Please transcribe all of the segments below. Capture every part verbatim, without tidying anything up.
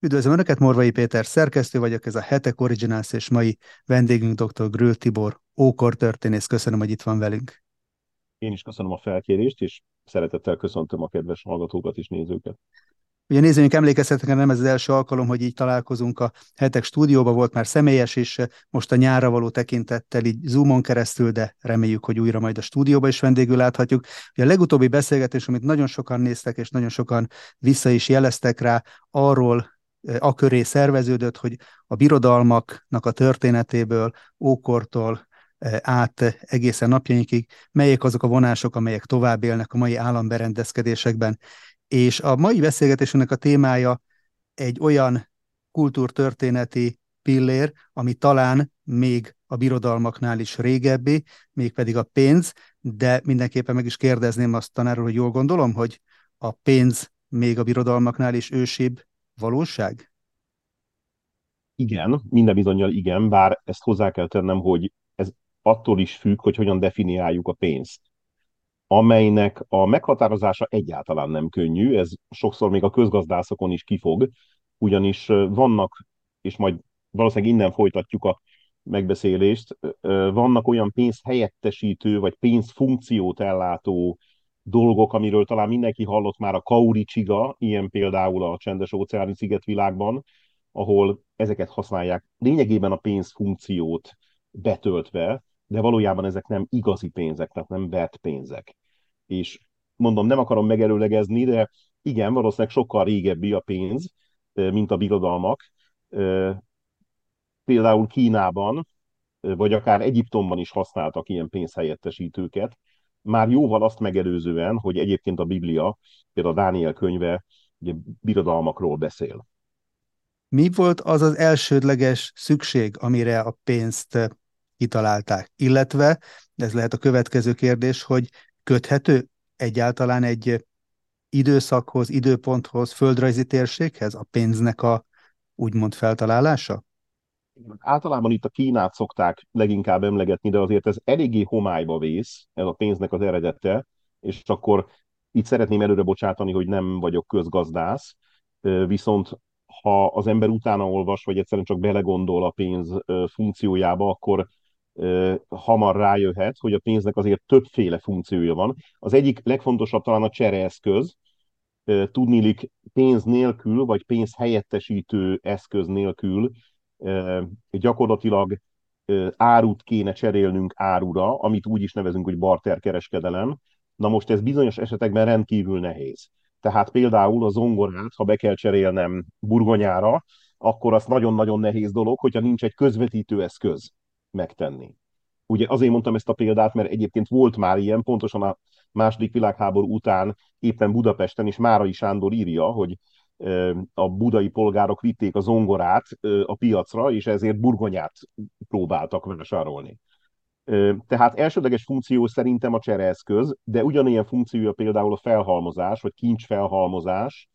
Üdvözlöm Önöket, Morvai Péter szerkesztő vagyok, ez a Hetek Originals és mai vendégünk dr. Gröll Tibor, ókortörténész. Köszönöm, hogy itt van velünk. Én is köszönöm a felkérést, és szeretettel köszöntöm a kedves hallgatókat és nézőket. Ugye nézőink emlékezhetnek, nem ez az első alkalom, hogy így találkozunk a Hetek stúdióba, volt már személyes, és most a nyárra való tekintettel így Zoomon keresztül, de reméljük, hogy újra majd a stúdióba is vendégül láthatjuk. Ugye a legutóbbi beszélgetés, amit nagyon sokan néztek, és nagyon sokan vissza is jeleztek rá, arról a köré szerveződött, hogy a birodalmaknak a történetéből, ókortól át egészen napjainkig, melyek azok a vonások, amelyek tovább élnek a mai államberendezkedésekben. És a mai beszélgetésünknek a témája egy olyan kultúrtörténeti pillér, ami talán még a birodalmaknál is régebbi, mégpedig a pénz, de mindenképpen meg is kérdezném azt tanáról, hogy jól gondolom, hogy a pénz még a birodalmaknál is ősibb valóság? Igen, minden bizonnyal igen, bár ezt hozzá kell tennem, hogy ez attól is függ, hogy hogyan definiáljuk a pénzt, amelynek a meghatározása egyáltalán nem könnyű, ez sokszor még a közgazdászokon is kifog, ugyanis vannak, és majd valószínűleg innen folytatjuk a megbeszélést, vannak olyan pénzhelyettesítő, vagy pénzfunkciót ellátó dolgok, amiről talán mindenki hallott már, a kauricsiga, ilyen például a csendes-óceáni szigetvilágban, ahol ezeket használják lényegében a pénzfunkciót betöltve, de valójában ezek nem igazi pénzek, tehát nem vert pénzek. És mondom, nem akarom megerőlegezni, de igen, valószínűleg sokkal régebbi a pénz, mint a birodalmak. Például Kínában, vagy akár Egyiptomban is használtak ilyen pénzhelyettesítőket, már jóval azt megelőzően, hogy egyébként a Biblia, például a Dániel könyve, ugye birodalmakról beszél. Mi volt az az elsődleges szükség, amire a pénzt kitalálták? Illetve, ez lehet a következő kérdés, hogy köthető egyáltalán egy időszakhoz, időponthoz, földrajzi térséghez a pénznek a úgymond feltalálása? Általában itt a Kínát szokták leginkább emlegetni, de azért ez eléggé homályba vész, ez a pénznek az eredete, és akkor itt szeretném előre bocsátani, hogy nem vagyok közgazdász, viszont ha az ember utána olvas, vagy egyszerűen csak belegondol a pénz funkciójába, akkor hamar rájöhet, hogy a pénznek azért többféle funkciója van. Az egyik legfontosabb talán a csereeszköz, tudniillik pénz nélkül, vagy pénz helyettesítő eszköz nélkül gyakorlatilag árut kéne cserélnünk árura, amit úgy is nevezünk, hogy barterkereskedelem. Na most ez bizonyos esetekben rendkívül nehéz. Tehát például a zongorát, ha be kell cserélnem burgonyára, akkor az nagyon-nagyon nehéz dolog, hogyha nincs egy közvetítő eszköz megtenni. Ugye azért mondtam ezt a példát, mert egyébként volt már ilyen, pontosan a második világháború után éppen Budapesten, és Márai Sándor írja, hogy a budai polgárok vitték a zongorát a piacra, és ezért burgonyát próbáltak vásárolni. Tehát elsődleges funkció szerintem a csereeszköz, de ugyanilyen funkciója például a felhalmozás, vagy kincsfelhalmozás,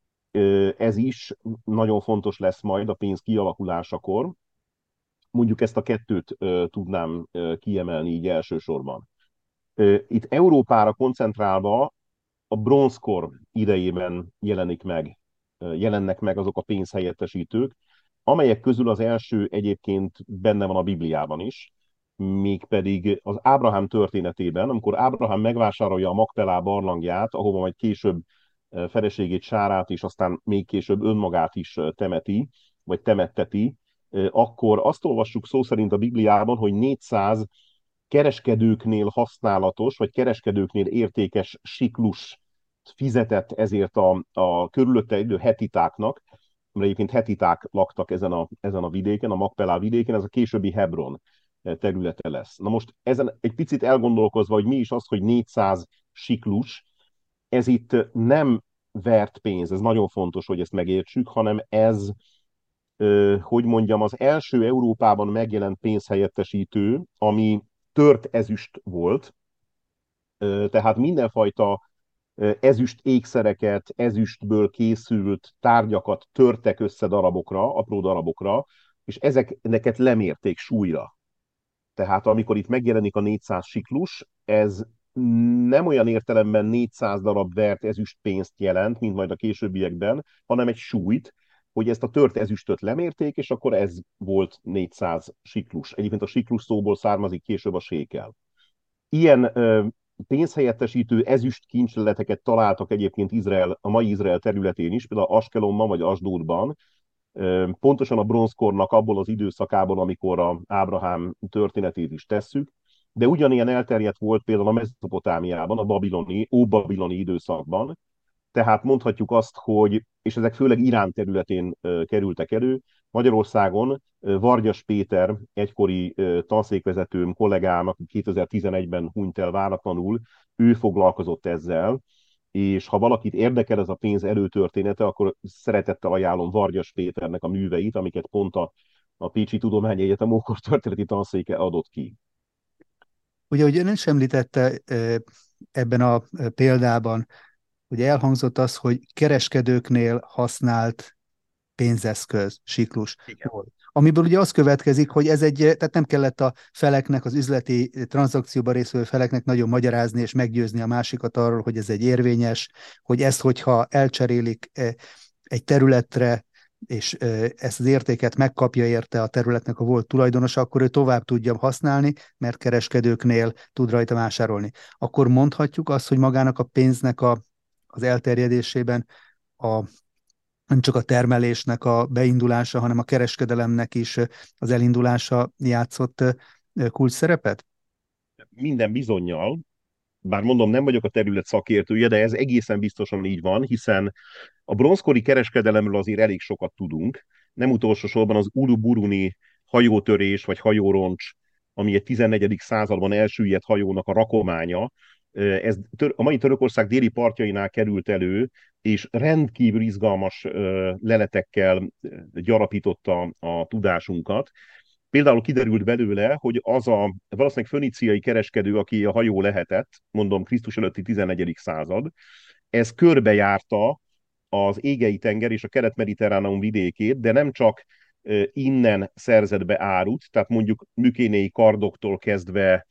ez is nagyon fontos lesz majd a pénz kialakulásakor. Mondjuk ezt a kettőt tudnám kiemelni így elsősorban. Itt Európára koncentrálva a bronzkor idejében jelenik meg, jelennek meg azok a pénzhelyettesítők, amelyek közül az első egyébként benne van a Bibliában is, mégpedig az Ábrahám történetében, amikor Ábrahám megvásárolja a Makpelá barlangját, ahova majd később feleségét, Sárát és aztán még később önmagát is temeti, vagy temetteti, akkor azt olvassuk szó szerint a Bibliában, hogy négyszáz kereskedőknél használatos, vagy kereskedőknél értékes siklus fizetett ezért a, a körülötte idő hetitáknak, mert egyébként hetiták laktak ezen a, ezen a vidéken, a Makpelá vidéken, ez a későbbi Hebron területe lesz. Na most ezen egy picit elgondolkozva, hogy mi is az, hogy négyszáz siklus, ez itt nem vert pénz, ez nagyon fontos, hogy ezt megértsük, hanem ez, hogy mondjam, az első Európában megjelent pénzhelyettesítő, ami tört ezüst volt, tehát mindenfajta ezüst ékszereket, ezüstből készült tárgyakat törtek össze darabokra, apró darabokra, és ezeket lemérték súlyra. Tehát amikor itt megjelenik a négyszáz siklus, ez nem olyan értelemben négyszáz darab vert ezüstpénzt jelent, mint majd a későbbiekben, hanem egy súlyt, hogy ezt a tört ezüstöt lemérték, és akkor ez volt négyszáz siklus. Egyébként a siklus szóból származik később a sékel. Ilyen ö, pénzhelyettesítő ezüst kincsleleteket találtak egyébként Izrael, a mai Izrael területén is, például Askelonban vagy Asdódban, ö, pontosan a bronzkornak abból az időszakából, amikor a Ábrahám történetét is tesszük, de ugyanilyen elterjedt volt például a Mezopotámiában, a babiloni, óbabiloni időszakban, tehát mondhatjuk azt, hogy, és ezek főleg Irán területén ö, kerültek elő, Magyarországon ö, Vargyas Péter, egykori ö, tanszékvezetőm, kollégám, aki kétezer-tizenegyben hunyt el váratlanul, ő foglalkozott ezzel, és ha valakit érdekel ez a pénz előtörténete, akkor szeretettel ajánlom Vargyas Péternek a műveit, amiket pont a, a Pécsi Tudományegyetem ókor történeti tanszéke adott ki. Ugye, hogy ön is említette ebben a példában, hogy elhangzott az, hogy kereskedőknél használt pénzeszköz, siklus Igen. volt. Amiből ugye az következik, hogy ez egy, tehát nem kellett a feleknek, az üzleti tranzakcióban résztvevő feleknek nagyon magyarázni és meggyőzni a másikat arról, hogy ez egy érvényes, hogy ezt, hogyha elcserélik egy területre, és ezt az értéket megkapja érte a területnek a volt tulajdonosa, akkor ő tovább tudja használni, mert kereskedőknél tud rajta vásárolni. Akkor mondhatjuk azt, hogy magának a pénznek a, az elterjedésében a nem csak a termelésnek a beindulása, hanem a kereskedelemnek is az elindulása játszott kulcs szerepet? Minden bizonnyal, bár mondom, nem vagyok a terület szakértője, de ez egészen biztosan így van, hiszen a bronzkori kereskedelemről azért elég sokat tudunk. Nem utolsó sorban az Uruburuni hajótörés vagy hajóroncs, ami egy tizennegyedik században elsüllyedt hajónak a rakománya, ez a mai Törökország déli partjainál került elő, és rendkívül izgalmas leletekkel gyarapította a tudásunkat. Például kiderült belőle, hogy az a valószínűleg föníciai kereskedő, aki a hajó lehetett, mondom Krisztus előtti tizennegyedik század, ez körbejárta az Égei tenger és a kelet-mediterráneum vidékét, de nem csak innen szerzett be árut, tehát mondjuk mükénéi kardoktól kezdve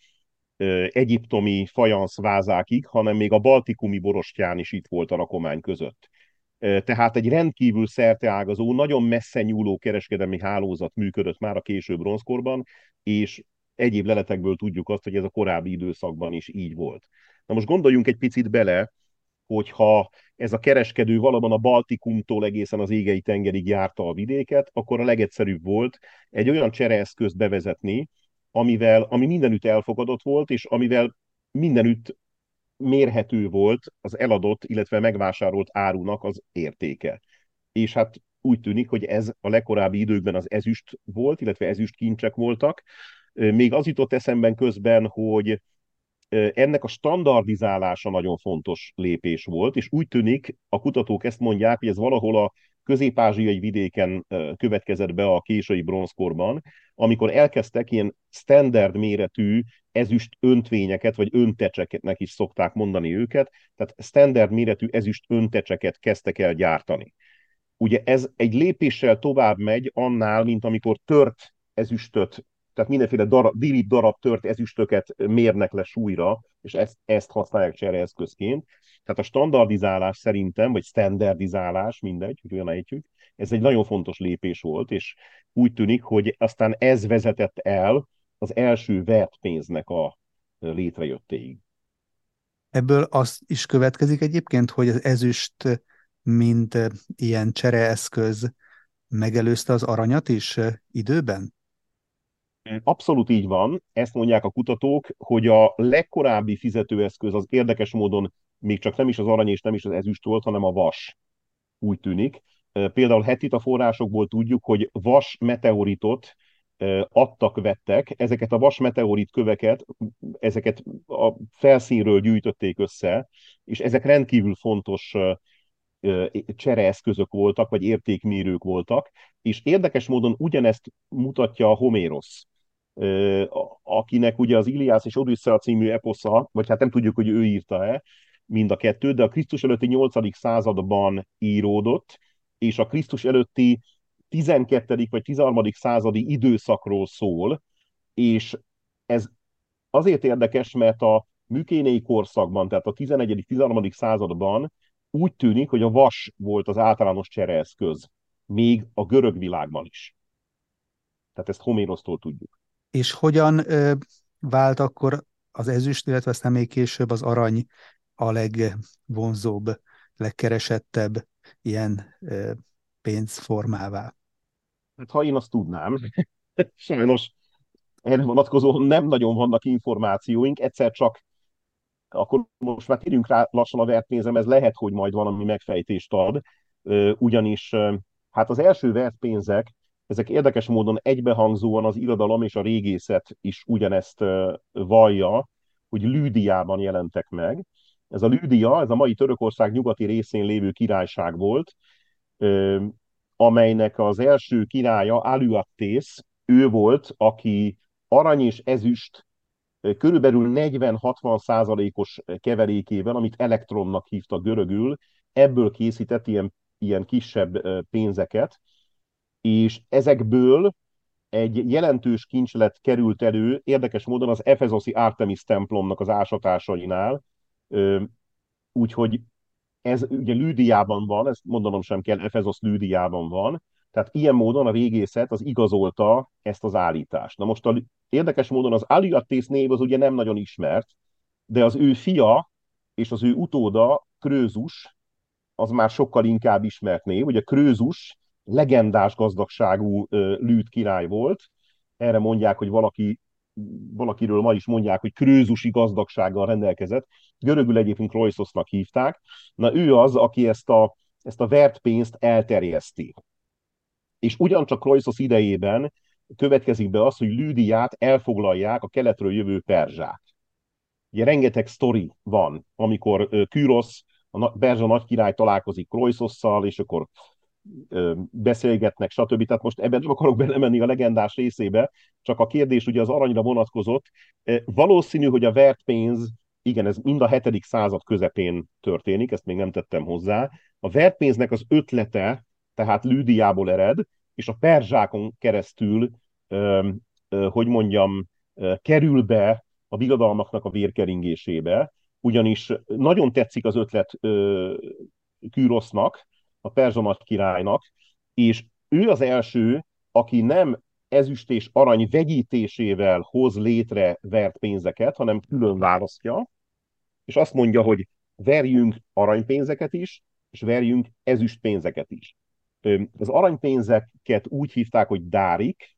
egyiptomi fajanszvázákig, hanem még a baltikumi borostyán is itt volt a rakomány között. Tehát egy rendkívül szerteágazó, nagyon messze nyúló kereskedelmi hálózat működött már a késő bronzkorban, és egyéb leletekből tudjuk azt, hogy ez a korábbi időszakban is így volt. Na most gondoljunk egy picit bele, hogyha ez a kereskedő valóban a Baltikumtól egészen az Égei tengerig járta a vidéket, akkor a legegyszerűbb volt egy olyan csereeszközt bevezetni, amivel, ami mindenütt elfogadott volt, és amivel mindenütt mérhető volt az eladott, illetve megvásárolt árunak az értéke. És hát úgy tűnik, hogy ez a legkorábbi időkben az ezüst volt, illetve ezüst kincsek voltak. Még az jutott eszemben közben, hogy ennek a standardizálása nagyon fontos lépés volt, és úgy tűnik, a kutatók ezt mondják, hogy ez valahol a közép-ázsiai vidéken következett be a késői bronzkorban, amikor elkezdtek ilyen standard méretű ezüst öntvényeket, vagy öntecseknek is szokták mondani őket, tehát standard méretű ezüst öntecseket kezdtek el gyártani. Ugye ez egy lépéssel tovább megy annál, mint amikor tört ezüstöt, tehát mindenféle darab, dirib darab tört ezüstöket mérnek le súlyra, és ezt, ezt használják csereeszközként. Tehát a standardizálás szerintem, vagy standardizálás, mindegy, hogy olyan ejtjük, ez egy nagyon fontos lépés volt, és úgy tűnik, hogy aztán ez vezetett el az első vert pénznek a létrejöttéig. Ebből az is következik egyébként, hogy az ezüst, mint ilyen csereeszköz megelőzte az aranyat is időben? Abszolút így van, ezt mondják a kutatók, hogy a legkorábbi fizetőeszköz az érdekes módon még csak nem is az arany és nem is az ezüst volt, hanem a vas, úgy tűnik. Például hettita forrásokból tudjuk, hogy vas meteoritot adtak, vettek. Ezeket a vas meteorit köveket, ezeket a felszínről gyűjtötték össze, és ezek rendkívül fontos csereeszközök voltak, vagy értékmérők voltak, és érdekes módon ugyanezt mutatja a Homérosz, akinek ugye az Iliász és Odüsszea című eposza, vagy hát nem tudjuk, hogy ő írta-e mind a kettőt, de a Krisztus előtti nyolcadik században íródott, és a Krisztus előtti tizenkettedik vagy tizenharmadik századi időszakról szól, és ez azért érdekes, mert a mükénéi korszakban, tehát a tizenegyedik tizenharmadik században úgy tűnik, hogy a vas volt az általános csereeszköz. még a görög világban is. Tehát ezt Homérosztól tudjuk. És hogyan ö, vált akkor az ezüst, illetve aztán még később az arany a legvonzóbb, legkeresettebb ilyen ö, pénzformává? Hát ha én azt tudnám, sajnos erre vonatkozóan nem nagyon vannak információink, egyszer csak, akkor most már térjünk rá lassan a vertpénzem, ez lehet, hogy majd valami megfejtést ad, ugyanis hát az első vertpénzek, ezek érdekes módon egybehangzóan az irodalom és a régészet is ugyanezt vallja, hogy Lüdiában jelentek meg. Ez a Lüdia, ez a mai Törökország nyugati részén lévő királyság volt, amelynek az első királya Alüattész, ő volt, aki arany és ezüst körülbelül negyven-hatvan százalékos keverékével, amit elektronnak hívtak görögül, ebből készített ilyen, ilyen kisebb pénzeket, és ezekből egy jelentős kincslet került elő, érdekes módon az efezoszi Artemis templomnak az ásatásainál, úgyhogy ez ugye Lüdiában van, ezt mondanom sem kell, Efezosz Lüdiában van, tehát ilyen módon a régészet az igazolta ezt az állítást. Na most a, érdekes módon az Aliattész név az ugye nem nagyon ismert, de az ő fia és az ő utóda, Krőzus, az már sokkal inkább ismert név. Ugye Krőzus legendás gazdagságú lűd király volt, erre mondják, hogy valaki, valakiről ma is mondják, hogy krőzusi gazdagsággal rendelkezett. Görögül egyébként Kroiszosnak hívták. Na ő az, aki ezt a, ezt a vert pénzt elterjeszti. És ugyancsak Kroiszos idejében következik be az, hogy Lüdiát elfoglalják a keletről jövő perzsák. Ugye rengeteg sztori van, amikor Kürosz, a perzsa nagykirály találkozik Kroiszosszal, és akkor beszélgetnek, stb. Tehát most ebben nem akarok belemenni a legendás részébe, csak a kérdés ugye az aranyra vonatkozott. Valószínű, hogy a vert pénz, igen, ez mind a hetedik század közepén történik, ezt még nem tettem hozzá. A vert pénznek az ötlete, tehát Lüdiából ered, és a perzsákon keresztül, hogy mondjam, kerül be a birodalmaknak a vérkeringésébe, ugyanis nagyon tetszik az ötlet Kürosznak, a perzsa nagy királynak, és ő az első, aki nem ezüst és arany vegyítésével hoz létre vert pénzeket, hanem külön választja, és azt mondja, hogy verjünk aranypénzeket is, és verjünk ezüst pénzeket is. Az aranypénzeket úgy hívták, hogy dárik,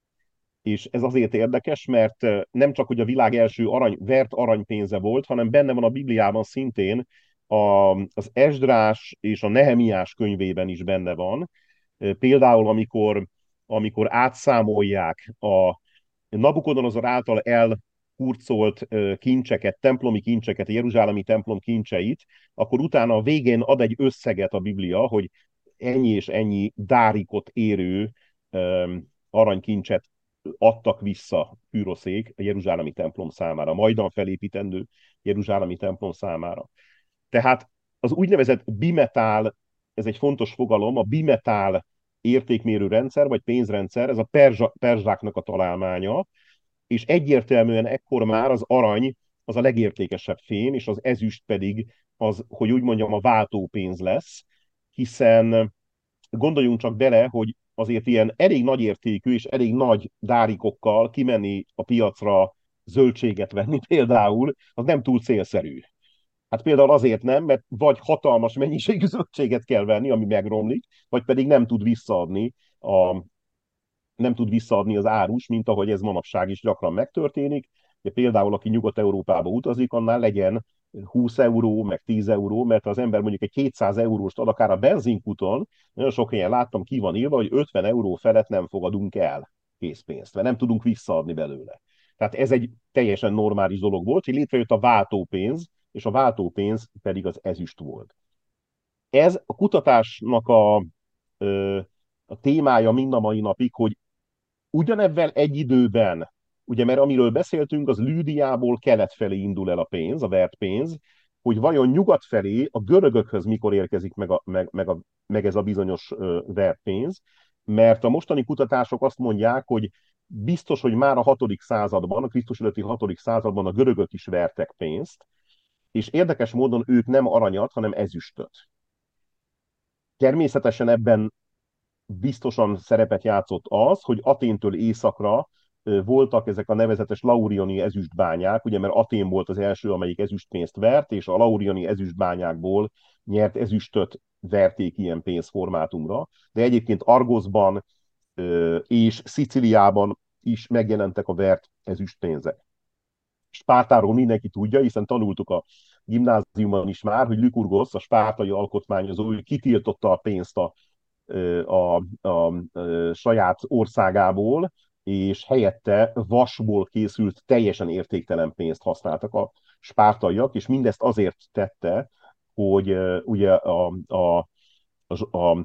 és ez azért érdekes, mert nem csak, hogy a világ első arany, vert aranypénze volt, hanem benne van a Bibliában szintén, a, az Esdrás és a Nehemiás könyvében is benne van. Például, amikor, amikor átszámolják a Nabukodonozor által elhurcolt kincseket, templomi kincseket, a jeruzsálemi templom kincseit, akkor utána a végén ad egy összeget a Biblia, hogy ennyi és ennyi dárikot érő aranykincset adtak vissza Küroszék a jeruzsálemi templom számára, majdan felépítendő jeruzsálemi templom számára. Tehát az úgynevezett bimetál, ez egy fontos fogalom, a bimetál értékmérő rendszer, vagy pénzrendszer, ez a perzsa, perzsáknak a találmánya, és egyértelműen ekkor már az arany az a legértékesebb fém, és az ezüst pedig az, hogy úgy mondjam, a váltópénz lesz, hiszen gondoljunk csak bele, hogy azért ilyen elég nagy értékű és elég nagy dárikokkal kimenni a piacra zöldséget venni például, az nem túl célszerű. Hát például azért nem, mert vagy hatalmas mennyiségű zöldséget kell venni, ami megromlik, vagy pedig nem tud visszaadni a, nem tud visszaadni az árus, mint ahogy ez manapság is gyakran megtörténik. De például, aki Nyugat-Európába utazik, annál legyen húsz euró, meg tíz euró, mert az ember mondjuk egy kétszáz euróst ad, akár a benzinkúton, nagyon sok helyen láttam, ki van írva, hogy ötven euró felett nem fogadunk el készpénzt, mert nem tudunk visszaadni belőle. Tehát ez egy teljesen normális dolog volt, hogy létrejött a váltópénz, és a váltópénz pedig az ezüst volt. Ez a kutatásnak a, a témája mind a mai napig, hogy ugyanebben egy időben, ugye, mert amiről beszéltünk, az Lüdiából kelet felé indul el a pénz, a vert pénz, hogy vajon nyugat felé a görögökhöz mikor érkezik meg, a, meg, meg, a, meg ez a bizonyos uh, vert pénz, mert a mostani kutatások azt mondják, hogy biztos, hogy már a hatodik században, a Krisztus előtti hatodik században a görögök is vertek pénzt, és érdekes módon ők nem aranyat, hanem ezüstöt. Természetesen ebben biztosan szerepet játszott az, hogy Aténtől északra voltak ezek a nevezetes laurioni ezüstbányák, ugye, mert Atén volt az első, amelyik ezüstpénzt vert, és a laurioni ezüstbányákból nyert ezüstöt verték ilyen pénzformátumra. De egyébként Argoszban és Szicíliában is megjelentek a vert ezüstpénzek. Spártáról mindenki tudja, hiszen tanultuk a gimnáziumban is már, hogy Lykurgosz, a spártai alkotmányozó, ő kitiltotta a pénzt a, a, a, a saját országából, és helyette vasból készült, teljesen értéktelen pénzt használtak a spártaiak, és mindezt azért tette, hogy ugye a, a, a, a,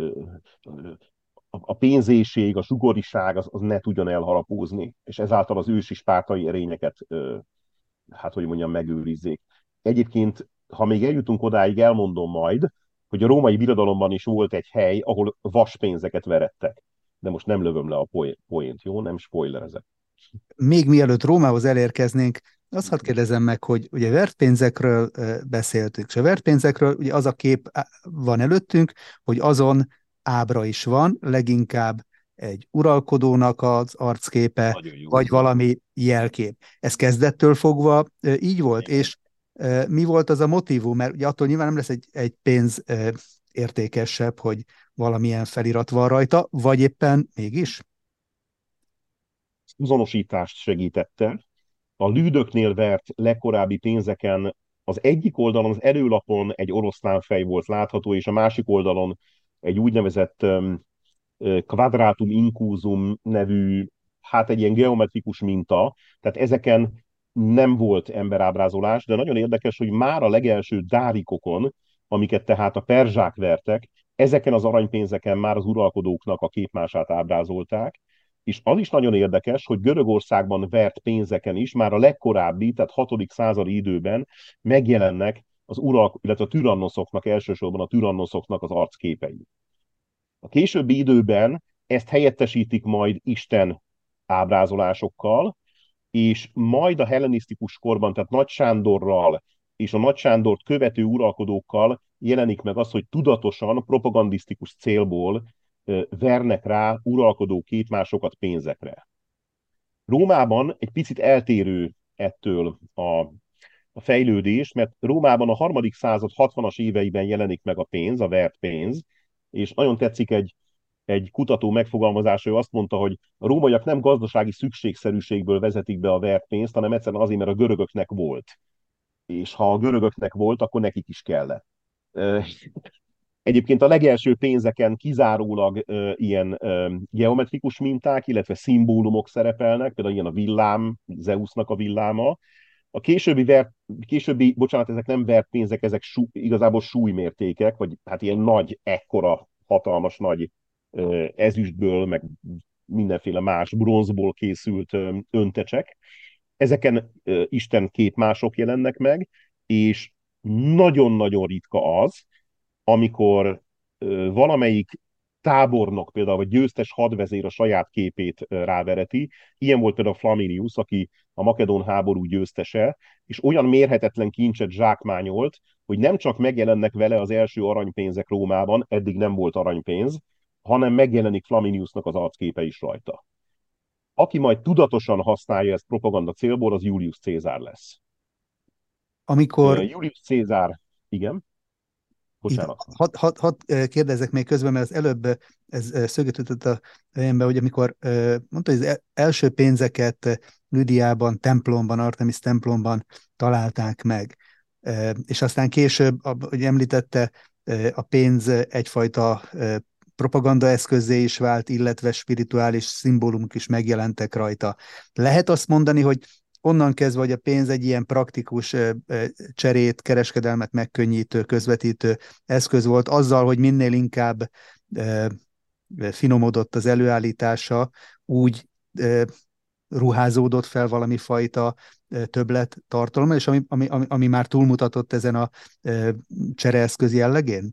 a pénzészség, a zsugoriság az, az ne tudjon elharapózni, és ezáltal az ősi spártai erényeket, hát hogy mondjam, megőrizzék. Egyébként, ha még eljutunk odáig, elmondom majd, hogy a római birodalomban is volt egy hely, ahol vaspénzeket verettek. De most nem lövöm le a poént, jó? Nem spoilerezek. Még mielőtt Rómához elérkeznénk, azt hadd kérdezem meg, hogy ugye vertpénzekről beszéltünk, és a vertpénzekről ugye az a kép van előttünk, hogy azon ábra is van, leginkább egy uralkodónak az arcképe, vagy valami jelkép. Ez kezdettől fogva így volt, igen. És mi volt az a motívum? Mert ugye attól nyilván nem lesz egy, egy pénz értékesebb, hogy valamilyen felirat van rajta, vagy éppen mégis? Azonosítást segítette. A lűdöknél vert legkorábbi pénzeken az egyik oldalon, az előlapon egy oroszlánfej volt látható, és a másik oldalon egy úgynevezett um, quadratum incusum nevű, hát egy ilyen geometrikus minta, tehát ezeken nem volt emberábrázolás, de nagyon érdekes, hogy már a legelső dárikokon, amiket tehát a perzsák vertek, ezeken az aranypénzeken már az uralkodóknak a képmását ábrázolták, és az is nagyon érdekes, hogy Görögországban vert pénzeken is már a legkorábbi, tehát hatodik századi időben megjelennek az urak, illetve a türannoszoknak, elsősorban a türannoszoknak az arcképei. A későbbi időben ezt helyettesítik majd Isten ábrázolásokkal, és majd a hellenisztikus korban, tehát Nagy Sándorral és a Nagy Sándort követő uralkodókkal jelenik meg az, hogy tudatosan, propagandisztikus célból vernek rá uralkodó képmásokat pénzekre. Rómában egy picit eltérő ettől a, a fejlődés, mert Rómában a harmadik század hatvanas éveiben jelenik meg a pénz, a vert pénz, és nagyon tetszik egy, egy kutató megfogalmazása, ő azt mondta, hogy a rómaiak nem gazdasági szükségszerűségből vezetik be a vert pénzt, hanem egyszerűen azért, mert a görögöknek volt. És ha a görögöknek volt, akkor nekik is kellett. Egyébként a legelső pénzeken kizárólag ö, ilyen ö, geometrikus minták, illetve szimbólumok szerepelnek, például ilyen a villám, Zeusnak a villáma. A későbbi, vert, későbbi bocsánat, ezek nem vert pénzek, ezek sú, igazából súlymértékek, vagy hát ilyen nagy, ekkora, hatalmas nagy ö, ezüstből, meg mindenféle más bronzból készült ö, öntecsek. Ezeken ö, Isten képmások jelennek meg, és nagyon-nagyon ritka az, amikor ö, valamelyik tábornok, például vagy győztes hadvezér a saját képét ö, rávereti. Ilyen volt például Flaminius, aki a makedón háború győztese, és olyan mérhetetlen kincset zsákmányolt, hogy nem csak megjelennek vele az első aranypénzek Rómában, eddig nem volt aranypénz, hanem megjelenik Flaminiusnak az arcképe is rajta. Aki majd tudatosan használja ezt propaganda célból, az Julius Cézár lesz. Amikor... Julius Cézár, igen. Hadd had, had kérdezzek még közben, mert az előbb ez szöget ütött a fejembe, hogy amikor mondta, hogy az első pénzeket Lüdiában, templomban, Artemis templomban találták meg, és aztán később, ahogy említette, a pénz egyfajta propagandaeszközzé is vált, illetve spirituális szimbólumok is megjelentek rajta. Lehet azt mondani, hogy onnan kezdve, hogy a pénz egy ilyen praktikus cserét, kereskedelmet megkönnyítő, közvetítő eszköz volt, azzal, hogy minél inkább finomodott az előállítása, úgy ruházódott fel valami fajta többlet tartalom, és ami, ami, ami, ami már túlmutatott ezen a csereeszköz jellegén?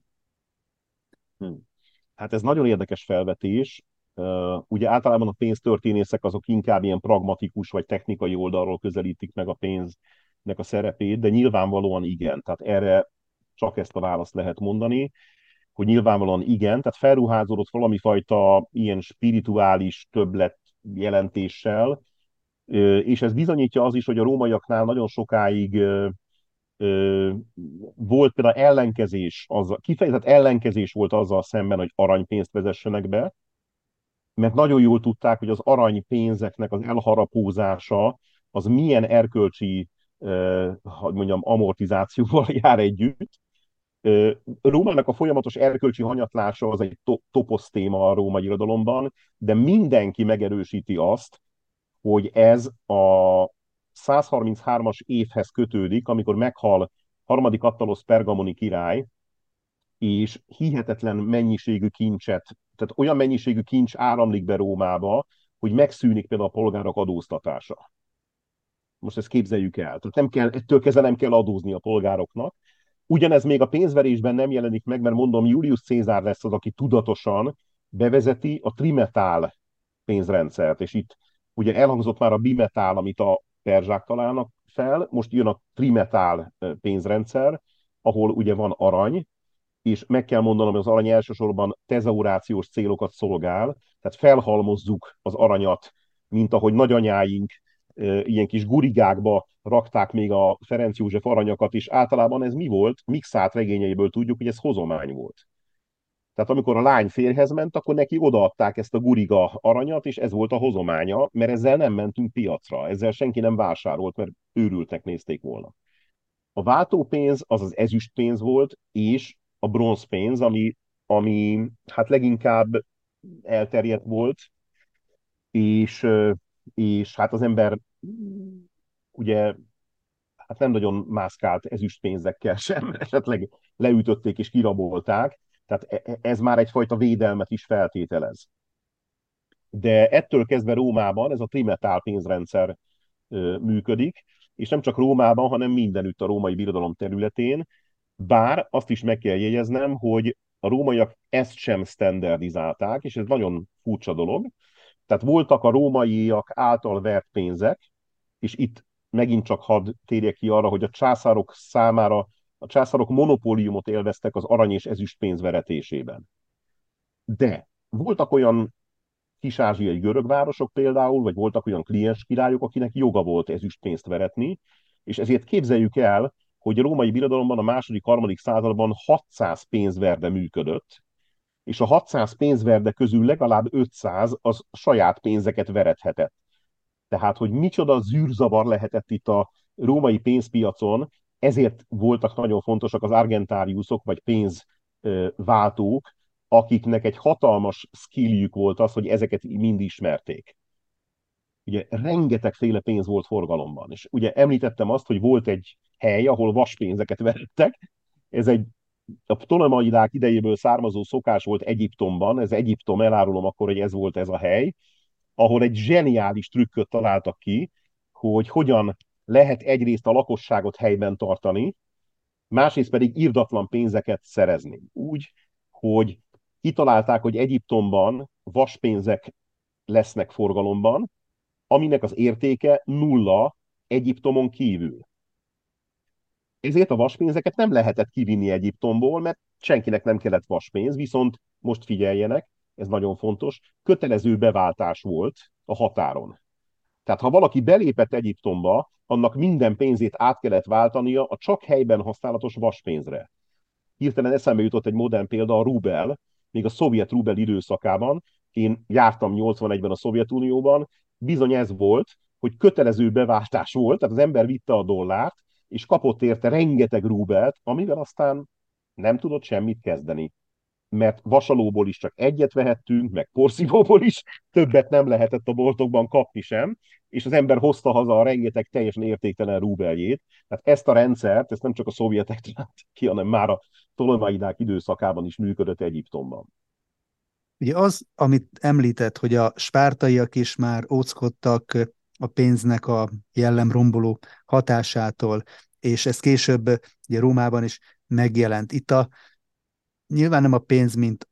Hát ez nagyon érdekes felvetés. Uh, ugye általában a pénztörténészek azok inkább ilyen pragmatikus vagy technikai oldalról közelítik meg a pénznek a szerepét, de nyilvánvalóan igen. Tehát erre csak ezt a választ lehet mondani. hogy nyilvánvalóan igen, tehát felruházódott valami fajta ilyen spirituális többlet jelentéssel, és ez bizonyítja az is, hogy a rómaiaknál nagyon sokáig volt például ellenkezés, az, kifejezett ellenkezés volt azzal szemben, hogy aranypénzt vezessenek be, mert nagyon jól tudták, hogy az aranypénzeknek az elharapózása az milyen erkölcsi, hogy mondjam, amortizációval jár együtt. Rómának a folyamatos erkölcsi hanyatlása az egy to- toposz téma a római irodalomban, de mindenki megerősíti azt, hogy ez a százharminchárom-as évhez kötődik, amikor meghal harmadik Attalosz pergamoni király, és hihetetlen mennyiségű kincset, tehát olyan mennyiségű kincs áramlik be Rómába, hogy megszűnik például a polgárok adóztatása. Most ezt képzeljük el. Tehát nem kell, ettől kezdve nem kell adózni a polgároknak. Ugyanez még a pénzverésben nem jelenik meg, mert mondom, Julius Cézár lesz az, aki tudatosan bevezeti a trimetál pénzrendszert, és itt ugye elhangzott már a bimetál, amit a perzsák találnak fel, most jön a trimetál pénzrendszer, ahol ugye van arany, és meg kell mondanom, hogy az arany elsősorban tezaurációs célokat szolgál, tehát felhalmozzuk az aranyat, mint ahogy nagyanyáink ilyen kis gurigákba rakták még a Ferenc József aranyakat, és általában ez mi volt? Mixált regényeiből tudjuk, hogy ez hozomány volt. Tehát amikor a lány férjhez ment, akkor neki odaadták ezt a guriga aranyat, és ez volt a hozománya, mert ezzel nem mentünk piacra, ezzel senki nem vásárolt, mert őrültnek nézték volna. A váltópénz az az ezüstpénz volt, és a bronzpénz, ami, ami hát leginkább elterjedt volt, és, és hát az ember ugye hát nem nagyon mászkált ezüstpénzekkel sem, esetleg leütötték és kirabolták, tehát e- e- ez már egyfajta védelmet is feltételez. De ettől kezdve Rómában ez a trimetál pénzrendszer ö, működik, és nem csak Rómában, hanem mindenütt a római birodalom területén, bár azt is meg kell jegyeznem, hogy a rómaiak ezt sem standardizálták, és ez nagyon furcsa dolog. Tehát voltak a rómaiak által vert pénzek, és itt megint csak hadd térjek ki arra, hogy a császárok számára, a császárok monopóliumot élveztek az arany és ezüst pénz veretésében. De voltak olyan kis-ázsiai görög városok például, vagy voltak olyan kliens királyok, akinek joga volt ezüstpénzt veretni, és ezért képzeljük el, hogy a római birodalomban a második, harmadik században hatszáz pénzverde működött, és a hatszáz pénzverde közül legalább ötszáz az saját pénzeket verethetett. Tehát, hogy micsoda zűrzavar lehetett itt a római pénzpiacon, ezért voltak nagyon fontosak az argentáriusok, vagy pénzváltók, akiknek egy hatalmas skilljük volt az, hogy ezeket mind ismerték. Ugye rengetegféle pénz volt forgalomban, és ugye említettem azt, hogy volt egy hely, ahol vaspénzeket verettek. Ez egy a ptolemaidák idejéből származó szokás volt Egyiptomban, ez Egyiptom, elárulom akkor, hogy ez volt ez a hely, ahol egy zseniális trükköt találtak ki, hogy hogyan lehet egyrészt a lakosságot helyben tartani, másrészt pedig irdatlan pénzeket szerezni. Úgy, hogy kitalálták, hogy Egyiptomban vaspénzek lesznek forgalomban, aminek az értéke nulla Egyiptomon kívül. Ezért a vaspénzeket nem lehetett kivinni Egyiptomból, mert senkinek nem kellett vaspénz, viszont most figyeljenek, ez nagyon fontos, kötelező beváltás volt a határon. Tehát ha valaki belépett Egyiptomba, annak minden pénzét át kellett váltania a csak helyben használatos vaspénzre. Hirtelen eszembe jutott egy modern példa, a rubel, még a szovjet rubel időszakában. Én jártam nyolcvanegyben a Szovjetunióban, bizony ez volt, hogy kötelező beváltás volt, tehát az ember vitte a dollárt, és kapott érte rengeteg rubelt, amivel aztán nem tudott semmit kezdeni. Mert vasalóból is csak egyet vehettünk, meg porszívóból is, többet nem lehetett a boltokban kapni sem, és az ember hozta haza a rengeteg teljesen értéktelen rubeljét. Tehát ezt a rendszert, ezt nem csak a szovjetek találtak ki, hanem már a Ptolemaidák időszakában is működött Egyiptomban. Ugye az, amit említett, hogy a spártaiak is már óckodtak a pénznek a jellemromboló hatásától, és ez később ugye Rómában is megjelent. Itt a nyilván nem a pénz, mint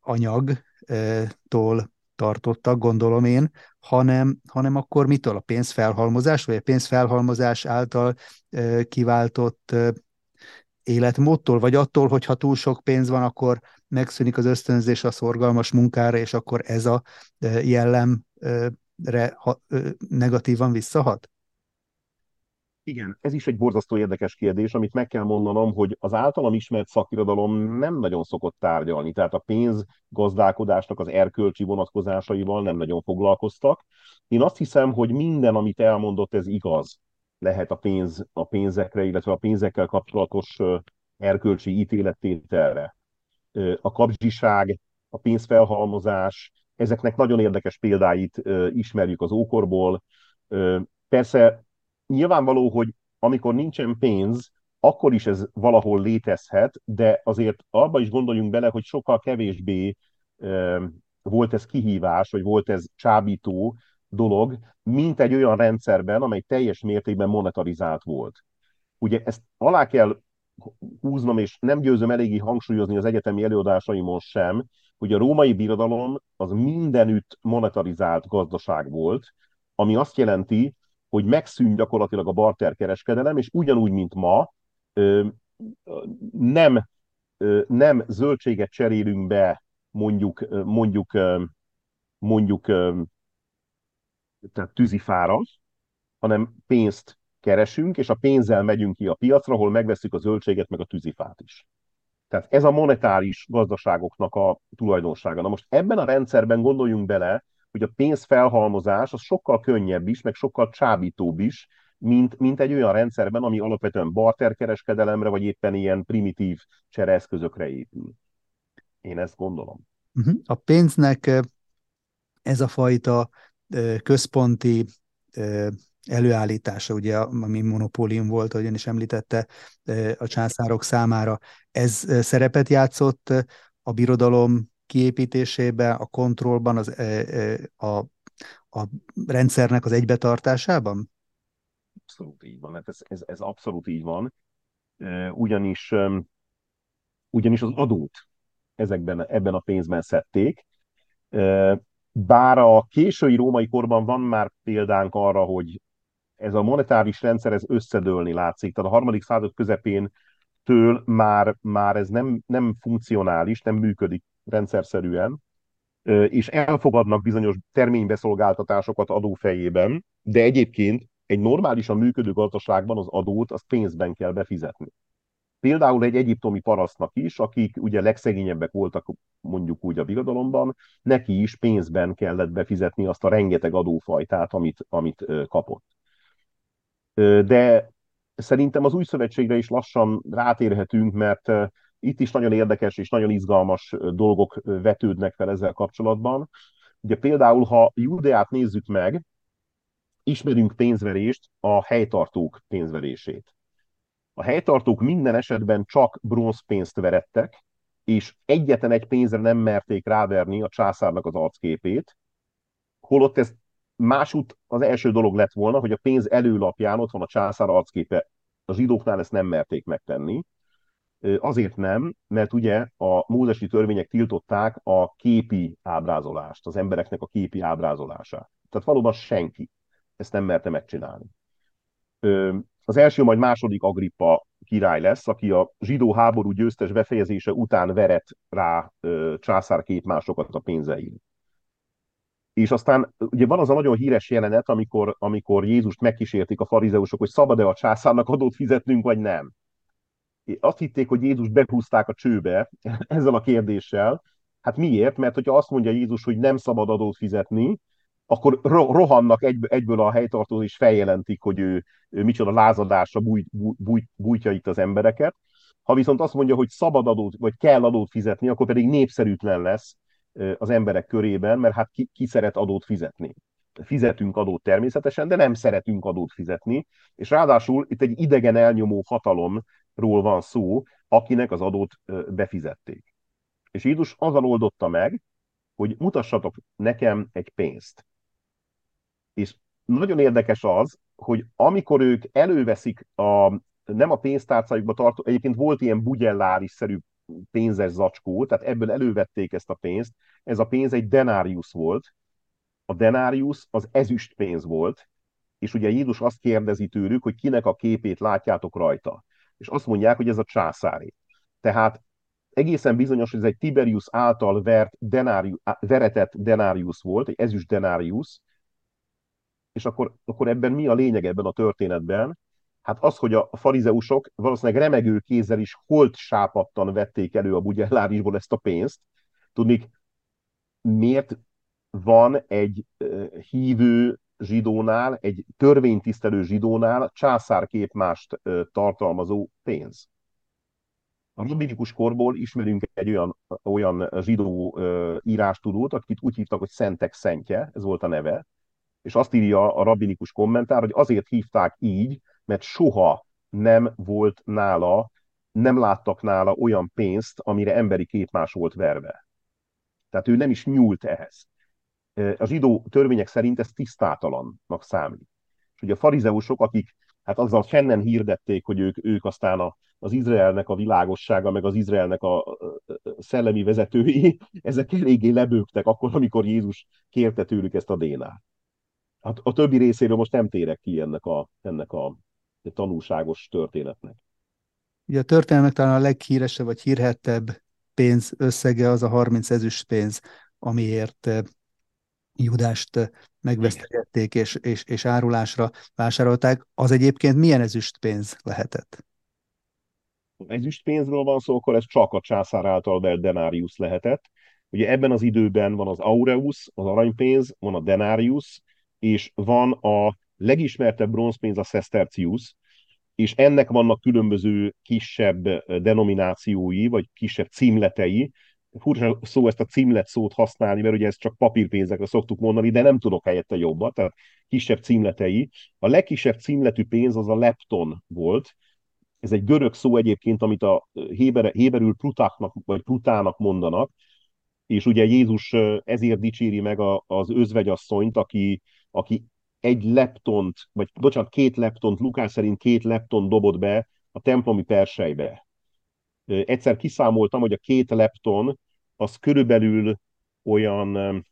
anyagtól tartottak, gondolom én, hanem, hanem akkor mitől? A pénzfelhalmozás, vagy a pénzfelhalmozás által kiváltott életmódtól, vagy attól, hogy ha túl sok pénz van, akkor megszűnik az ösztönzés a szorgalmas munkára, és akkor ez a jellemre negatívan visszahat? Igen, ez is egy borzasztó érdekes kérdés, amit meg kell mondanom, hogy az általam ismert szakirodalom nem nagyon szokott tárgyalni, tehát a pénzgazdálkodásnak az erkölcsi vonatkozásaival nem nagyon foglalkoztak. Én azt hiszem, hogy minden, amit elmondott, ez igaz lehet a pénz, a pénzekre, illetve a pénzekkel kapcsolatos erkölcsi ítélettételre. A kapzsiság, a pénzfelhalmozás, ezeknek nagyon érdekes példáit ismerjük az ókorból. Persze nyilvánvaló, hogy amikor nincsen pénz, akkor is ez valahol létezhet, de azért abba is gondoljunk bele, hogy sokkal kevésbé volt ez kihívás, vagy volt ez csábító dolog, mint egy olyan rendszerben, amely teljes mértékben monetarizált volt. Ugye ezt alá kell húznom, és nem győzöm eléggé hangsúlyozni az egyetemi előadásaimon sem, hogy a római birodalom az mindenütt monetarizált gazdaság volt, ami azt jelenti, hogy megszűnt gyakorlatilag a barterkereskedelem, és ugyanúgy, mint ma, nem, nem zöldséget cserélünk be mondjuk, mondjuk, mondjuk tehát tűzifára, hanem pénzt keresünk, és a pénzzel megyünk ki a piacra, ahol megveszünk a zöldséget, meg a tűzifát is. Tehát ez a monetáris gazdaságoknak a tulajdonsága. Na most ebben a rendszerben gondoljunk bele, hogy a pénzfelhalmozás az sokkal könnyebb is, meg sokkal csábítóbb is, mint, mint egy olyan rendszerben, ami alapvetően barterkereskedelemre, vagy éppen ilyen primitív csereeszközökre épül. Én ezt gondolom. A pénznek ez a fajta központi előállítása, ugye, ami monopólium volt, ahogyan is említette, a császárok számára, ez szerepet játszott a birodalom kiépítésébe, a kontrollban, az, a, a rendszernek az egybetartásában? Abszolút így van, hát ez, ez, ez abszolút így van, ugyanis, ugyanis az adót ezekben, ebben a pénzben szedték. Bár a késői római korban van már példánk arra, hogy ez a monetáris rendszer ez összedőlni látszik. Tehát a harmadik század közepén től már, már ez nem, nem funkcionális, nem működik rendszerszerűen, és elfogadnak bizonyos terménybeszolgáltatásokat adófejében, de egyébként egy normálisan működő gazdaságban az adót az pénzben kell befizetni. Például egy egyiptomi parasztnak is, akik ugye legszegényebbek voltak mondjuk úgy a birodalomban, neki is pénzben kellett befizetni azt a rengeteg adófajtát, amit, amit kapott. De szerintem az új szövetségre is lassan rátérhetünk, mert itt is nagyon érdekes és nagyon izgalmas dolgok vetődnek fel ezzel kapcsolatban. Ugye például, ha Judeát nézzük meg, ismerünk pénzverést, a helytartók pénzverését. A helytartók minden esetben csak bronzpénzt verettek, és egyetlen egy pénzre nem merték ráverni a császárnak az arcképét, holott ez másút az első dolog lett volna, hogy a pénz előlapján ott van a császár arcképe. A zsidóknál ezt nem merték megtenni. Azért nem, mert ugye a mózesi törvények tiltották a képi ábrázolást, az embereknek a képi ábrázolását. Tehát valóban senki ezt nem merte megcsinálni. Az első, majd második Agrippa király lesz, aki a zsidó háború győztes befejezése után veret rá császárképmásokat a pénzein. És aztán ugye van az a nagyon híres jelenet, amikor, amikor Jézust megkísértik a farizeusok, hogy szabad-e a császárnak adót fizetnünk, vagy nem. Azt hitték, hogy Jézust behúzták a csőbe ezzel a kérdéssel. Hát miért? Mert hogyha azt mondja Jézus, hogy nem szabad adót fizetni, akkor rohannak egyből, egyből a helytartót, és feljelentik, hogy ő, ő micsoda lázadásra bújt, bújt, bújtja itt az embereket. Ha viszont azt mondja, hogy szabad adót, vagy kell adót fizetni, akkor pedig népszerűtlen lesz az emberek körében, mert hát ki, ki szeret adót fizetni. Fizetünk adót természetesen, de nem szeretünk adót fizetni, és ráadásul itt egy idegen elnyomó hatalomról van szó, akinek az adót befizették. És Jézus azzal oldotta meg, hogy mutassatok nekem egy pénzt. És nagyon érdekes az, hogy amikor ők előveszik a, nem a pénztárcájukba tartó, egyébként volt ilyen bugyelláris-szerű pénzes zacskó, tehát ebből elővették ezt a pénzt. Ez a pénz egy denárius volt. A denárius az ezüst pénz volt, és ugye Jézus azt kérdezi tőlük, hogy kinek a képét látjátok rajta. és azt mondják, hogy ez a császári. Tehát egészen bizonyos, hogy ez egy Tiberius által vert denárius, veretett denárius volt, egy ezüst denárius, és akkor, akkor ebben mi a lényeg ebben a történetben? Hát az, hogy a farizeusok valószínűleg remegő kézzel is holt sápadtan vették elő a bugyellárisból ezt a pénzt. Tudnik, miért van egy hívő zsidónál, egy törvénytisztelő zsidónál császárképmást tartalmazó pénz? A rabbinikus korból ismerünk egy olyan, olyan zsidó írástudót, akit úgy hívtak, hogy Szentek Szentje, ez volt a neve, és azt írja a rabbinikus kommentár, hogy azért hívták így, mert soha nem volt nála, nem láttak nála olyan pénzt, amire emberi képmás volt verve. Tehát ő nem is nyúlt ehhez. A zsidó törvények szerint ez tisztátalannak számít. És ugye a farizeusok, akik hát azzal fennen hirdették, hogy ők, ők aztán a, az Izraelnek a világossága, meg az Izraelnek a, a szellemi vezetői, ezek eléggé lebőgtek akkor, amikor Jézus kérte tőlük ezt a dénát. Hát a többi részéről most nem térek ki ennek a, ennek a tanulságos történetnek. Ugye a történelmek talán a leghíresebb vagy hírhettebb pénz összege az a harminc ezüst pénz, amiért eh, Judást eh, megvesztegették és, és, és árulásra vásárolták. Az egyébként milyen ezüst pénz lehetett? Ezüstpénzről van szó, akkor ez csak a császár által vett denárius lehetett. Ugye ebben az időben van az aureus, az aranypénz, van a denarius, és van a legismertebb bronzpénz, a sestertius, és ennek vannak különböző kisebb denominációi, vagy kisebb címletei. Furcsa szó ezt a címlet szót használni, mert ugye ezt csak papírpénzekre szoktuk mondani, de nem tudok helyette jobbat, tehát kisebb címletei. A legkisebb címletű pénz az a lepton volt. Ez egy görög szó egyébként, amit a héber, héberül prutáknak, vagy prutának mondanak, és ugye Jézus ezért dicséri meg a, az özvegyasszonyt, aki, aki egy leptont, vagy bocsánat, két leptont, Lukás szerint két leptont dobott be a templomi persejbe. Egyszer kiszámoltam, hogy a két lepton az körülbelül olyan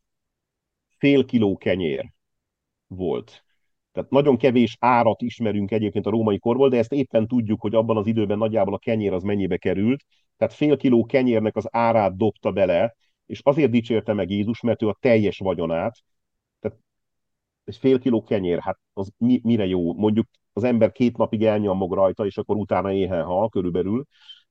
fél kiló kenyér volt. Tehát nagyon kevés árat ismerünk egyébként a római korból, de ezt éppen tudjuk, hogy abban az időben nagyjából a kenyér az mennyibe került. Tehát fél kiló kenyérnek az árát dobta bele, és azért dicsérte meg Jézus, mert ő a teljes vagyonát, tehát egy fél kiló kenyér, hát az mi, mire jó? Mondjuk az ember két napig elnyomog rajta, és akkor utána éhen hal körülbelül,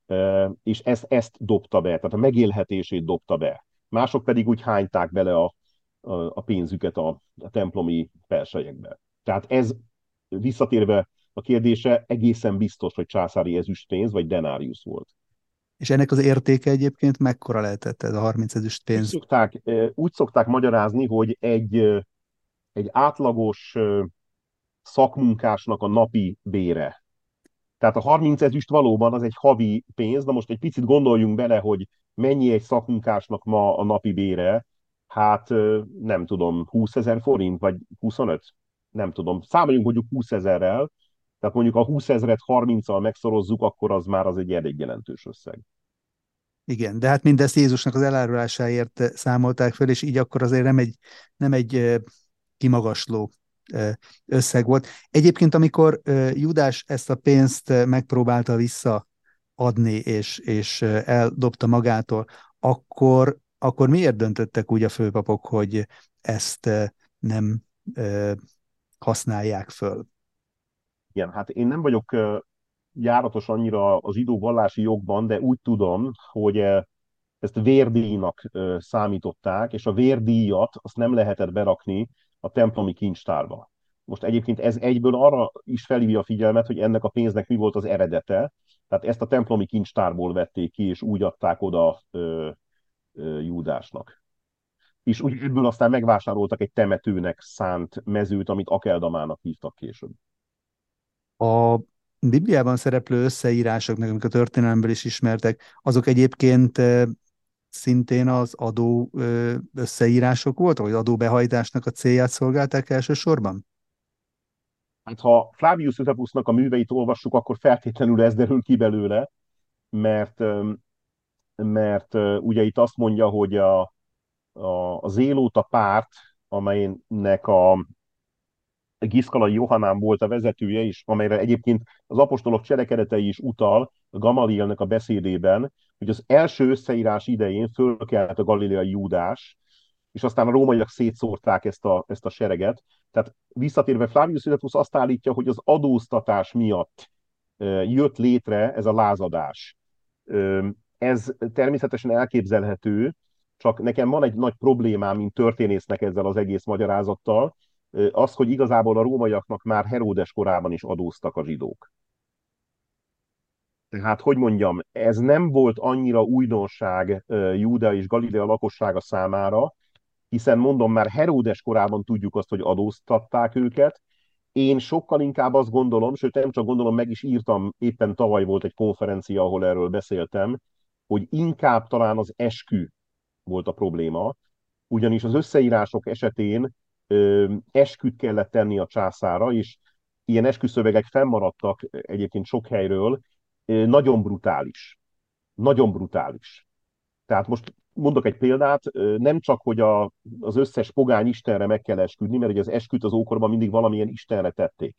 és ezt, ezt dobta be, tehát a megélhetését dobta be. Mások pedig úgy hányták bele a, a, a pénzüket a, a templomi persejekbe. Tehát ez, visszatérve a kérdése, egészen biztos, hogy császári ezüstpénz vagy denárius volt. És ennek az értéke egyébként mekkora lehetett ez a harminc ezüst Úgy pénz? szokták, úgy szokták magyarázni, hogy egy, egy átlagos szakmunkásnak a napi bére. Tehát a harminc ezüst valóban az egy havi pénz, de most egy picit gondoljunk bele, hogy mennyi egy szakmunkásnak ma a napi bére. Hát nem tudom, húszezer forint, vagy huszonöt? Nem tudom. Számoljunk mondjuk húszezerrel, tehát mondjuk a húszezret harminccal megszorozzuk, akkor az már az egy elég jelentős összeg. Igen, de hát mindezt Jézusnak az elárulásáért számolták föl, és így akkor azért nem egy, nem egy eh, kimagasló eh, összeg volt. Egyébként, amikor eh, Judás ezt a pénzt eh, megpróbálta visszaadni, és, és eh, eldobta magától, akkor, akkor miért döntöttek úgy a főpapok, hogy ezt eh, nem eh, használják föl? Igen, hát én nem vagyok járatos annyira a zsidó vallási jogban, de úgy tudom, hogy ezt vérdíjnak számították, és a vérdíjat azt nem lehetett berakni a templomi kincstárba. Most egyébként ez egyből arra is felhívja a figyelmet, hogy ennek a pénznek mi volt az eredete. Tehát ezt a templomi kincstárból vették ki, és úgy adták oda ö, ö, Júdásnak. És úgy ebből aztán megvásároltak egy temetőnek szánt mezőt, amit Akeldamának hívtak később. A Bibliában szereplő összeírások, meg amik a történelemből is ismertek, azok egyébként eh, szintén az adó ö, összeírások voltak, vagy adóbehajtásnak a célját szolgálták elsősorban? Hát ha Flavius Josephusnak a műveit olvassuk, akkor feltétlenül ez derül ki belőle, mert, mert ugye itt azt mondja, hogy a, a, a zélóta párt, amelynek a, Giszkalai Johannán volt a vezetője is, amelyre egyébként az apostolok cselekedetei is utal Gamalielnek a beszédében, hogy az első összeírás idején fölkelt a galileai Júdás, és aztán a rómaiak szétszórták ezt a, ezt a sereget. Tehát visszatérve Flavius Josephus azt állítja, hogy az adóztatás miatt jött létre ez a lázadás. Ez természetesen elképzelhető, csak nekem van egy nagy problémám, mint történésznek ezzel az egész magyarázattal, az, hogy igazából a rómaiaknak már Heródes korában is adóztak a zsidók. Tehát, hogy mondjam, ez nem volt annyira újdonság Júdea és Galilea lakossága számára, hiszen mondom, már Heródes korában tudjuk azt, hogy adóztatták őket. Én sokkal inkább azt gondolom, sőt nem csak gondolom, meg is írtam, éppen tavaly volt egy konferencia, ahol erről beszéltem, hogy inkább talán az eskü volt a probléma, ugyanis az összeírások esetén ö, esküt kellett tenni a császára, és ilyen esküszövegek fennmaradtak egyébként sok helyről, ö, nagyon brutális. Nagyon brutális. Tehát most mondok egy példát, nem csak, hogy a, az összes pogány istenre meg kell esküdni, mert ugye az esküt az ókorban mindig valamilyen istenre tették.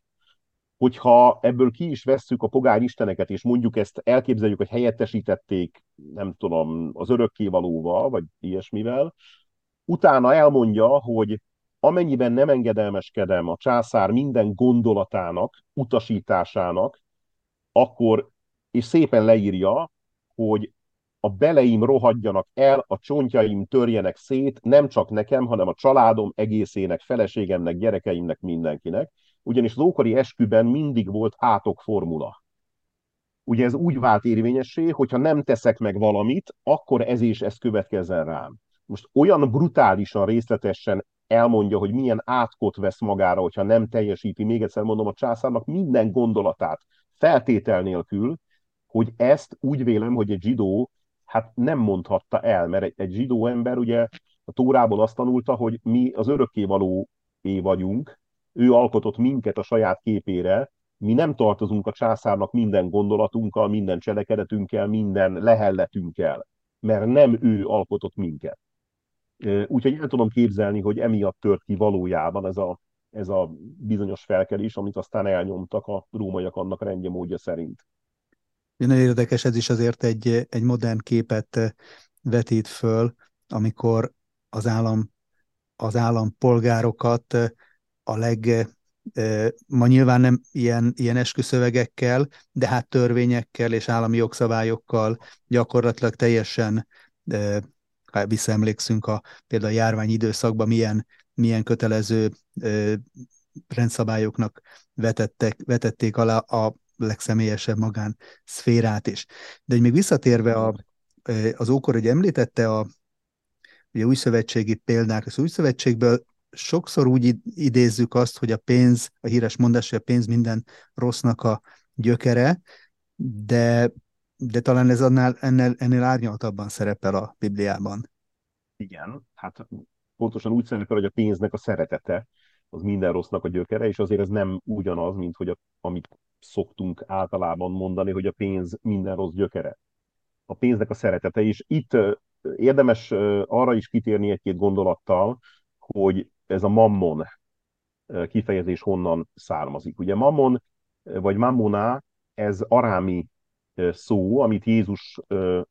Hogyha ebből ki is vesszük a pogány isteneket, és mondjuk ezt elképzeljük, hogy helyettesítették, nem tudom, az örökkévalóval, vagy ilyesmivel, utána elmondja, hogy amennyiben nem engedelmeskedem a császár minden gondolatának, utasításának, akkor, és szépen leírja, hogy a beleim rohadjanak el, a csontjaim törjenek szét, nem csak nekem, hanem a családom egészének, feleségemnek, gyerekeimnek, mindenkinek. Ugyanis az ókori esküben mindig volt átok formula. Ugye ez úgy vált érvényessé, hogyha nem teszek meg valamit, akkor ez és ez következzen rám. Most olyan brutálisan, részletesen elmondja, hogy milyen átkot vesz magára, hogyha nem teljesíti, még egyszer mondom, a császárnak minden gondolatát, feltétel nélkül, hogy ezt úgy vélem, hogy egy zsidó hát nem mondhatta el, mert egy, egy zsidó ember ugye a Tórából azt tanulta, hogy mi az örökkévalóé vagyunk, ő alkotott minket a saját képére, mi nem tartozunk a császárnak minden gondolatunkkal, minden cselekedetünkkel, minden lehelletünkkel, mert nem ő alkotott minket. Úgyhogy el tudom képzelni, hogy emiatt tört ki valójában ez a, ez a bizonyos felkelés, amit aztán elnyomtak a rómaiak annak rendje módja szerint. Nagyon érdekes, ez is azért egy, egy modern képet vetít föl, amikor az állam, az állampolgárokat a leg, ma nyilván nem ilyen, ilyen esküszövegekkel, de hát törvényekkel és állami jogszabályokkal gyakorlatilag teljesen, ha visszaemlékszünk a például a járvány időszakban, milyen, milyen kötelező rendszabályoknak vetettek, vetették alá a legszemélyesebb magán szférát is. De hogy még visszatérve a, az ókor, hogy említette a ugye újszövetségi példák, az újszövetségből sokszor úgy idézzük azt, hogy a pénz, a híres mondás, hogy a pénz minden rossznak a gyökere, de, de talán ez annál, ennél, ennél árnyaltabban szerepel a Bibliában. Igen, hát pontosan úgy szerepel, hogy a pénznek a szeretete, az minden rossznak a gyökere, és azért ez nem ugyanaz, mint hogy a, amit szoktunk általában mondani, hogy a pénz minden rossz gyökere. A pénznek a szeretete, és itt érdemes arra is kitérni egy-két gondolattal, hogy ez a mammon kifejezés honnan származik. Ugye mammon, vagy mammoná, ez arámi szó, amit Jézus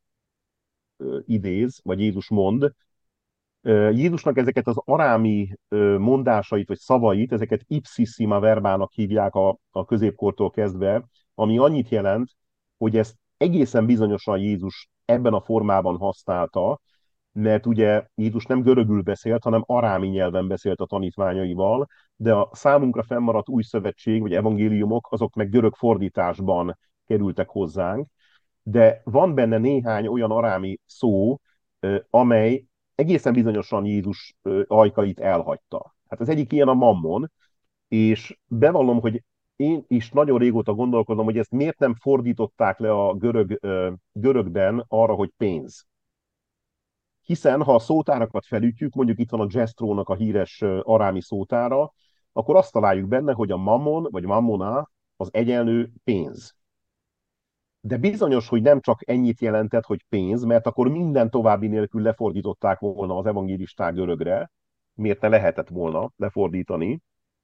idéz, vagy Jézus mond. Jézusnak ezeket az arámi mondásait, vagy szavait, ezeket ipsissima verbának hívják a, a középkortól kezdve, ami annyit jelent, hogy ezt egészen bizonyosan Jézus ebben a formában használta, mert ugye Jézus nem görögül beszélt, hanem arámi nyelven beszélt a tanítványaival, de a számunkra fennmaradt új szövetség, vagy evangéliumok, azok meg görög fordításban kerültek hozzánk, de van benne néhány olyan arámi szó, amely egészen bizonyosan Jézus ajkait elhagyta. Hát az egyik ilyen a mammon, és bevallom, hogy én is nagyon régóta gondolkodom, hogy ezt miért nem fordították le a görög, görögben arra, hogy pénz. Hiszen ha a szótárakat felütjük, mondjuk itt van a Jastrónak a híres arámi szótára, akkor azt találjuk benne, hogy a mammon, vagy mammona az egyenlő pénz. De bizonyos, hogy nem csak ennyit jelentett, hogy pénz, mert akkor minden további nélkül lefordították volna az evangélisták görögre, miért ne lehetett volna lefordítani.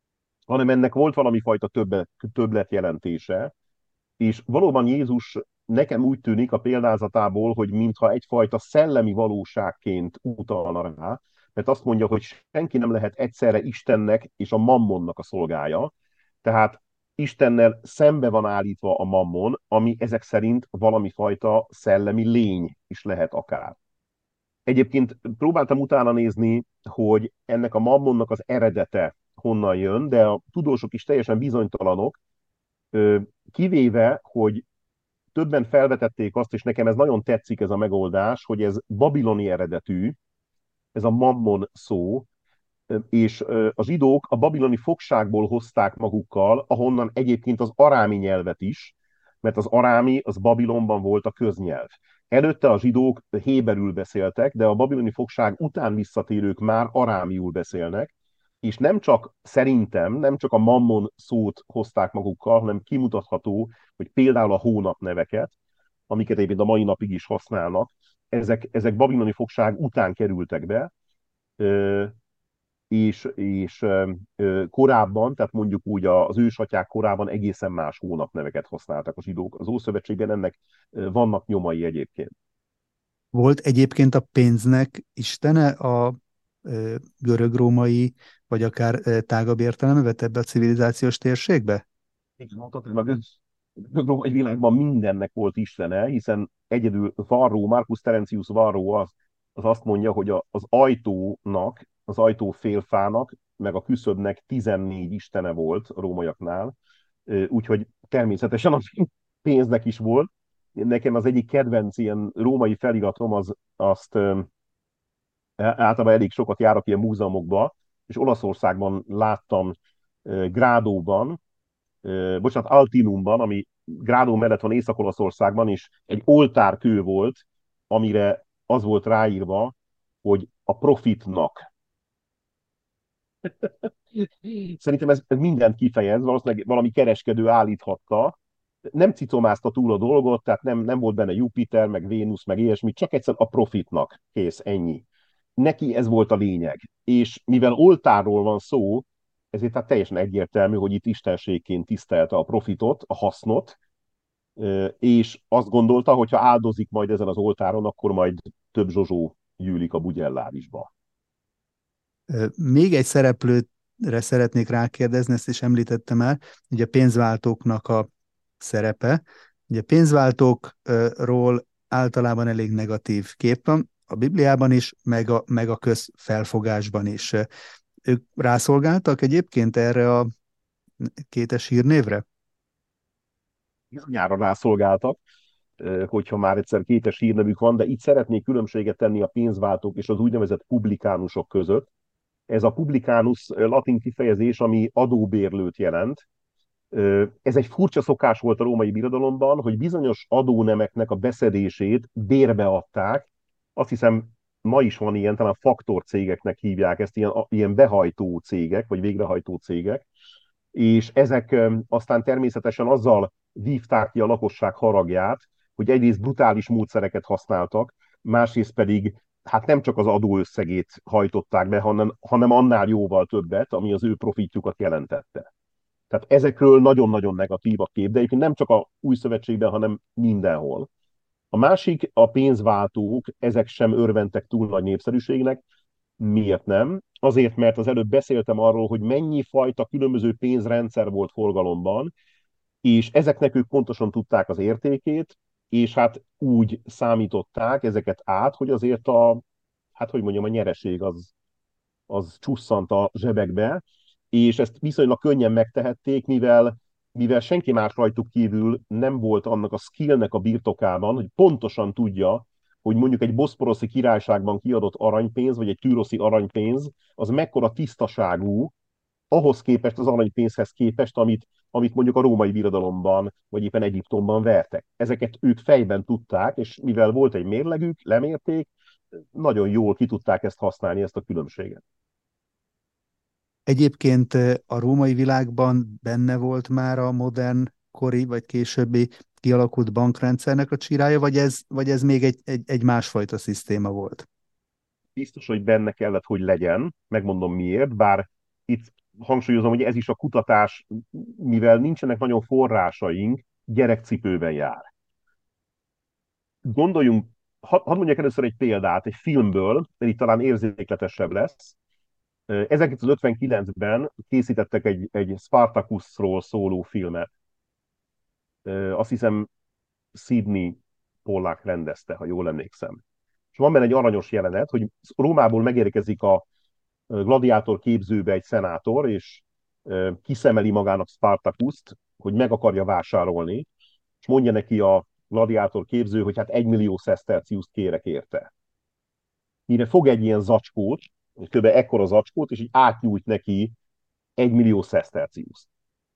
hanem ennek volt valami fajta többlet, többlet jelentése, és valóban Jézus nekem úgy tűnik a példázatából, hogy mintha egyfajta szellemi valóságként utalna rá, mert azt mondja, hogy senki nem lehet egyszerre Istennek és a mammonnak a szolgája, tehát Istennel szembe van állítva a mammon, ami ezek szerint valami fajta szellemi lény is lehet akár. Egyébként próbáltam utána nézni, hogy ennek a mammonnak az eredete honnan jön, de a tudósok is teljesen bizonytalanok, kivéve, hogy többen felvetették azt, és nekem ez nagyon tetszik ez a megoldás, hogy ez babiloni eredetű, ez a mammon szó, és a zsidók a babiloni fogságból hozták magukkal, ahonnan egyébként az arámi nyelvet is, mert az arámi az Babilonban volt a köznyelv. Előtte a zsidók héberül beszéltek, de a babiloni fogság után visszatérők már arámiul beszélnek, és nem csak szerintem, nem csak a mammon szót hozták magukkal, hanem kimutatható, hogy például a hónap neveket, amiket egyébként a mai napig is használnak, ezek, ezek babiloni fogság után kerültek be, és, és korábban, tehát mondjuk úgy az ősatyák korában egészen más hónapneveket használtak a zsidók. Az Ószövetségben ennek vannak nyomai egyébként. Volt egyébként a pénznek istene a ö, görög-római, vagy akár ö, tágabb értelembe vett ebbe a civilizációs térségbe? Igen, mondhatod, meg egy világban mindennek volt istene, hiszen egyedül Varró, Marcus Terentius Varró az, az azt mondja, hogy a, az ajtónak, az ajtó félfának, meg a küszöbnek tizennégy istene volt a rómaiaknál, úgyhogy természetesen a pénznek is volt. Nekem az egyik kedvenc ilyen római feliratom, az, azt általában elég sokat járok ilyen múzeumokba, és Olaszországban láttam Grádóban, bocsánat, Altinumban, ami Grádó mellett van Észak-Olaszországban, és egy oltárkő volt, amire az volt ráírva, hogy a profitnak. Szerintem ez, ez mindent kifejez, valószínűleg valami kereskedő állíthatta, nem cicomázta túl a dolgot, tehát nem, nem volt benne Jupiter, meg Vénusz, meg ilyesmi, csak egyszer a profitnak, kész, ennyi. Neki ez volt a lényeg. És mivel oltárról van szó, ezért hát teljesen egyértelmű, hogy itt istenségként tisztelte a profitot, a hasznot, és azt gondolta, hogy ha áldozik majd ezen az oltáron, akkor majd több zsozsó gyűlik a bugyellárisba. Még egy szereplőre szeretnék rákérdezni, ezt is említettem el, ugye a pénzváltóknak a szerepe. Ugye a pénzváltókról általában elég negatív kép van, a Bibliában is, meg a, meg a közfelfogásban is. Ők rászolgáltak egyébként erre a kétes hírnévre? Bizonyára rászolgáltak, hogyha már egyszer kétes hírnevük van, de itt szeretnék különbséget tenni a pénzváltók és az úgynevezett publikánusok között. Ez a publikánus latin kifejezés, ami adóbérlőt jelent. Ez egy furcsa szokás volt a római birodalomban, hogy bizonyos adónemeknek a beszedését bérbe adták. Azt hiszem, ma is van ilyen, talán faktor cégeknek hívják ezt, ilyen, ilyen behajtó cégek, vagy végrehajtó cégek, és ezek aztán természetesen azzal vívták ki a lakosság haragját, hogy egyrészt brutális módszereket használtak, másrészt pedig hát nem csak az adóösszegét hajtották be, hanem, hanem annál jóval többet, ami az ő profitjukat jelentette. Tehát ezekről nagyon-nagyon negatív a kép, de egyébként nem csak a új szövetségben, hanem mindenhol. A másik, a pénzváltók, ezek sem örventek túl nagy népszerűségnek. Miért nem? Azért, mert az előbb beszéltem arról, hogy mennyi fajta különböző pénzrendszer volt forgalomban, és ezeknek ők pontosan tudták az értékét, és hát úgy számították ezeket át, hogy azért a, hát hogy mondjam, a nyereség az, az csusszant a zsebekbe, és ezt viszonylag könnyen megtehették, mivel, mivel senki más rajtuk kívül nem volt annak a skillnek a birtokában, hogy pontosan tudja, hogy mondjuk egy boszporoszi királyságban kiadott aranypénz, vagy egy tűroszi aranypénz, az mekkora tisztaságú, ahhoz képest, az aranypénzhez képest, amit, amit mondjuk a római birodalomban, vagy éppen Egyiptomban vertek. Ezeket ők fejben tudták, és mivel volt egy mérlegük, lemérték, nagyon jól ki tudták ezt használni, ezt a különbséget. Egyébként a római világban benne volt már a modern kori, vagy későbbi kialakult bankrendszernek a csirája, vagy ez, vagy ez még egy, egy, egy másfajta szisztéma volt? Biztos, hogy benne kellett, hogy legyen, megmondom miért, bár itt hangsúlyozom, hogy ez is a kutatás, mivel nincsenek nagyon forrásaink, gyerekcipőben jár. Gondoljunk, hadd had mondjak először egy példát egy filmből, mert itt talán érzékletesebb lesz. ezerkilencszázötvenkilencben készítettek egy, egy Spartacusról szóló filmet. Azt hiszem Sidney Pollack rendezte, ha jól emlékszem. És van benne egy aranyos jelenet, hogy Rómából megérkezik a gladiátor képzőbe egy szenátor, és kiszemeli magának Spartacust, hogy meg akarja vásárolni, és mondja neki a gladiátor képző, hogy hát egy millió szeszterciuszt kérek érte. Mire fog egy ilyen zacskót, kb. Ekkora zacskót, és így átnyújt neki egy millió szeszterciuszt.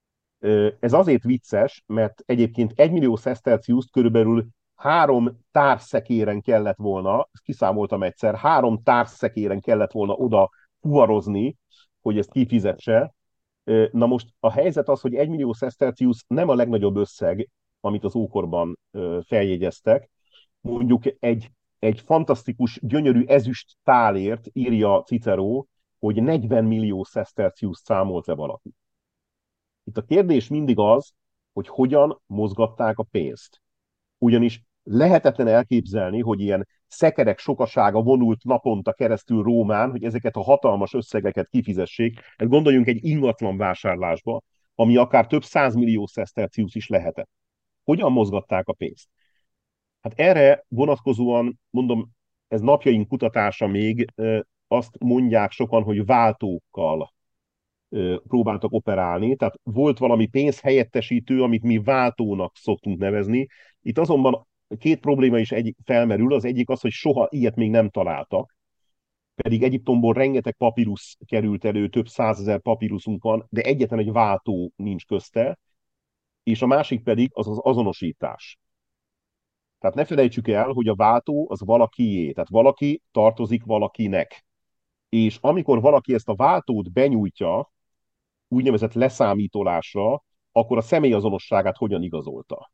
Ez azért vicces, mert egyébként egy millió szeszterciuszt körülbelül három társzekéren kellett volna, ezt kiszámoltam egyszer, három társzekéren kellett volna oda fuvarozni, hogy ezt kifizetse. Na most a helyzet az, hogy egy millió szesztercius nem a legnagyobb összeg, amit az ókorban feljegyeztek. Mondjuk egy, egy fantasztikus, gyönyörű ezüst tálért írja Cicero, hogy negyven millió szesztercius számolt-e valaki. Itt a kérdés mindig az, hogy hogyan mozgatták a pénzt. Ugyanis lehetetlen elképzelni, hogy ilyen szekerek sokasága vonult naponta keresztül Rómán, hogy ezeket a hatalmas összegeket kifizessék. Hát gondoljunk egy ingatlan vásárlásba, ami akár több százmillió szesztercius is lehetett. Hogyan mozgatták a pénzt? Hát erre vonatkozóan, mondom, ez napjaink kutatása még, azt mondják sokan, hogy váltókkal próbáltak operálni, tehát volt valami pénzhelyettesítő, amit mi váltónak szoktunk nevezni. Itt azonban két probléma is egy, felmerül, az egyik az, hogy soha ilyet még nem találtak, pedig Egyiptomból rengeteg papírusz került elő, több százezer papíruszunk van, de egyetlen egy váltó nincs közte, és a másik pedig az az azonosítás. Tehát ne felejtsük el, hogy a váltó az valakié, tehát valaki tartozik valakinek. És amikor valaki ezt a váltót benyújtja, úgynevezett leszámítolásra, akkor a személyazonosságát hogyan igazolta?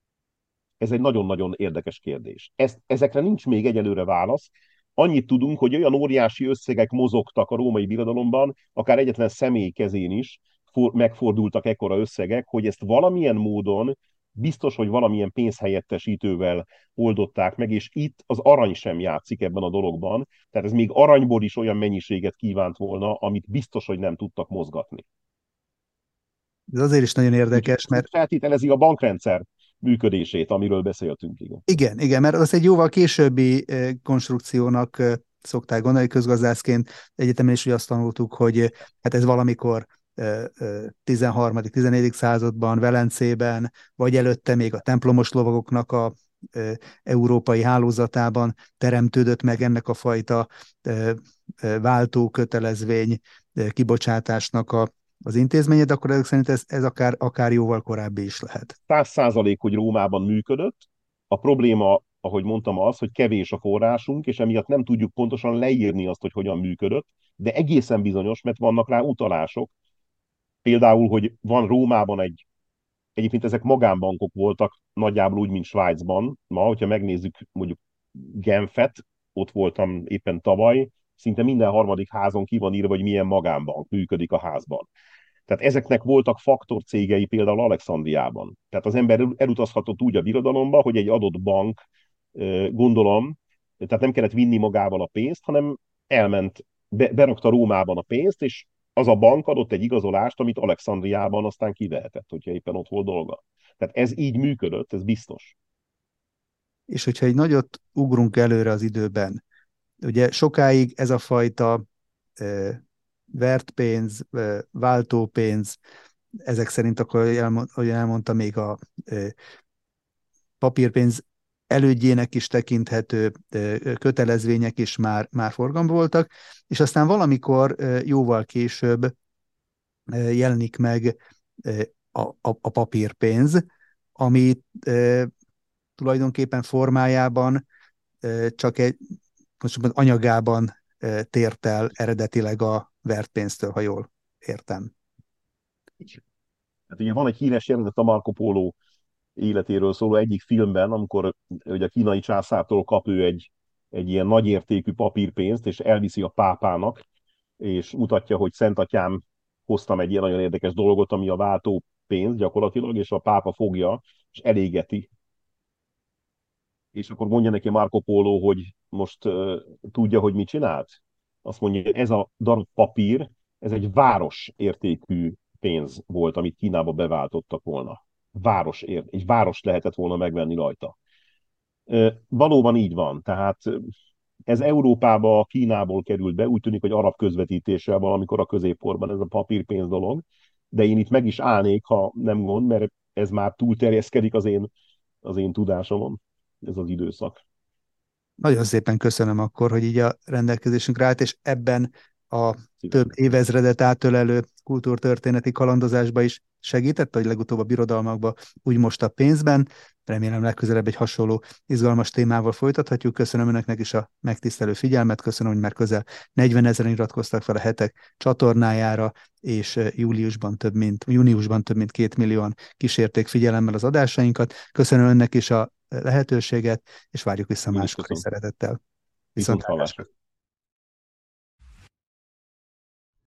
Ez egy nagyon-nagyon érdekes kérdés. Ez, ezekre nincs még egyelőre válasz. Annyit tudunk, hogy olyan óriási összegek mozogtak a római birodalomban, akár egyetlen személy kezén is for, megfordultak ekkora összegek, hogy ezt valamilyen módon biztos, hogy valamilyen pénzhelyettesítővel oldották meg, és itt az arany sem játszik ebben a dologban. Tehát ez még aranyból is olyan mennyiséget kívánt volna, amit biztos, hogy nem tudtak mozgatni. Ez azért is nagyon érdekes, Úgyhogy mert feltételezi a bankrendszer működését, amiről beszéltünk. Igen. igen, igen, mert az egy jóval későbbi konstrukciónak szokták gondolni, közgazdászként egyetemen is, hogy azt tanultuk, hogy hát ez valamikor tizenharmadik-tizennegyedik században, Velencében, vagy előtte még a templomos lovagoknak a európai hálózatában teremtődött meg ennek a fajta váltó kötelezvény kibocsátásnak a, az intézménye, de akkor ezek szerint ez, ez akár, akár jóval korábbi is lehet. Száz százalék, hogy Rómában működött. A probléma, ahogy mondtam, az, hogy kevés a forrásunk, és emiatt nem tudjuk pontosan leírni azt, hogy hogyan működött, de egészen bizonyos, mert vannak rá utalások. Például, hogy van Rómában egy, egyébként ezek magánbankok voltak, nagyjából úgy, mint Svájcban. Ma, hogyha megnézzük mondjuk Genfet, ott voltam éppen tavaly, szinte minden harmadik házon ki van írva, hogy milyen magánbank működik a házban. Tehát ezeknek voltak faktorcégei például Alexandriában. Tehát az ember elutazhatott úgy a birodalomba, hogy egy adott bank, gondolom, tehát nem kellett vinni magával a pénzt, hanem elment, be, berakta Rómában a pénzt, és az a bank adott egy igazolást, amit Alexandriában aztán kivehetett, hogyha éppen ott volt dolga. Tehát ez így működött, ez biztos. És hogyha egy nagyot ugrunk előre az időben, ugye sokáig ez a fajta e, vert pénz, e, váltópénz, ezek szerint akkor, ahogy elmondta, még a e, papírpénz elődjének is tekinthető e, kötelezvények is már, már forgalomban voltak, és aztán valamikor e, jóval később e, jelenik meg e, a, a, a papírpénz, ami e, tulajdonképpen formájában e, csak egy most anyagában e, tért el eredetileg a vert pénztől, ha jól értem. Hát ugye van egy híres jelenet a Marco Polo életéről szóló egyik filmben, amikor ugye a kínai császártól kap ő egy, egy ilyen nagyértékű papírpénzt, és elviszi a pápának, és mutatja, hogy Szent Atyám, hoztam egy ilyen nagyon érdekes dolgot, ami a váltó pénz gyakorlatilag, és a pápa fogja, és elégeti. És akkor mondja neki Marco Polo, hogy most uh, tudja, hogy mit csinált? Azt mondja, hogy ez a darab papír, ez egy város értékű pénz volt, amit Kínába beváltottak volna. Város ért, egy város lehetett volna megvenni rajta. Uh, valóban így van. Tehát ez Európába Kínából került be, úgy tűnik, hogy arab közvetítéssel valamikor a középkorban ez a papírpénz dolog, de én itt meg is állnék, ha nem gond, mert ez már túlterjeszkedik az én, az én tudásomon, ez az időszak. Nagyon szépen köszönöm akkor, hogy így a rendelkezésünkre állt, és ebben a több Szívesen. évezredet átölelő kultúrtörténeti kalandozásba is segített, hogy legutóbb a birodalmakba, úgy most a pénzben. Remélem legközelebb egy hasonló izgalmas témával folytathatjuk. Köszönöm önöknek is a megtisztelő figyelmet, köszönöm, hogy már közel negyven ezeren iratkoztak fel a Hetek csatornájára, és júliusban több mint, júniusban több mint két millióan kísérték figyelemmel az adásainkat. Köszönöm önnek is a lehetőséget, és várjuk vissza Én is máskor is köszönöm. szeretettel. Viszont Viszontlátásra! hallásra.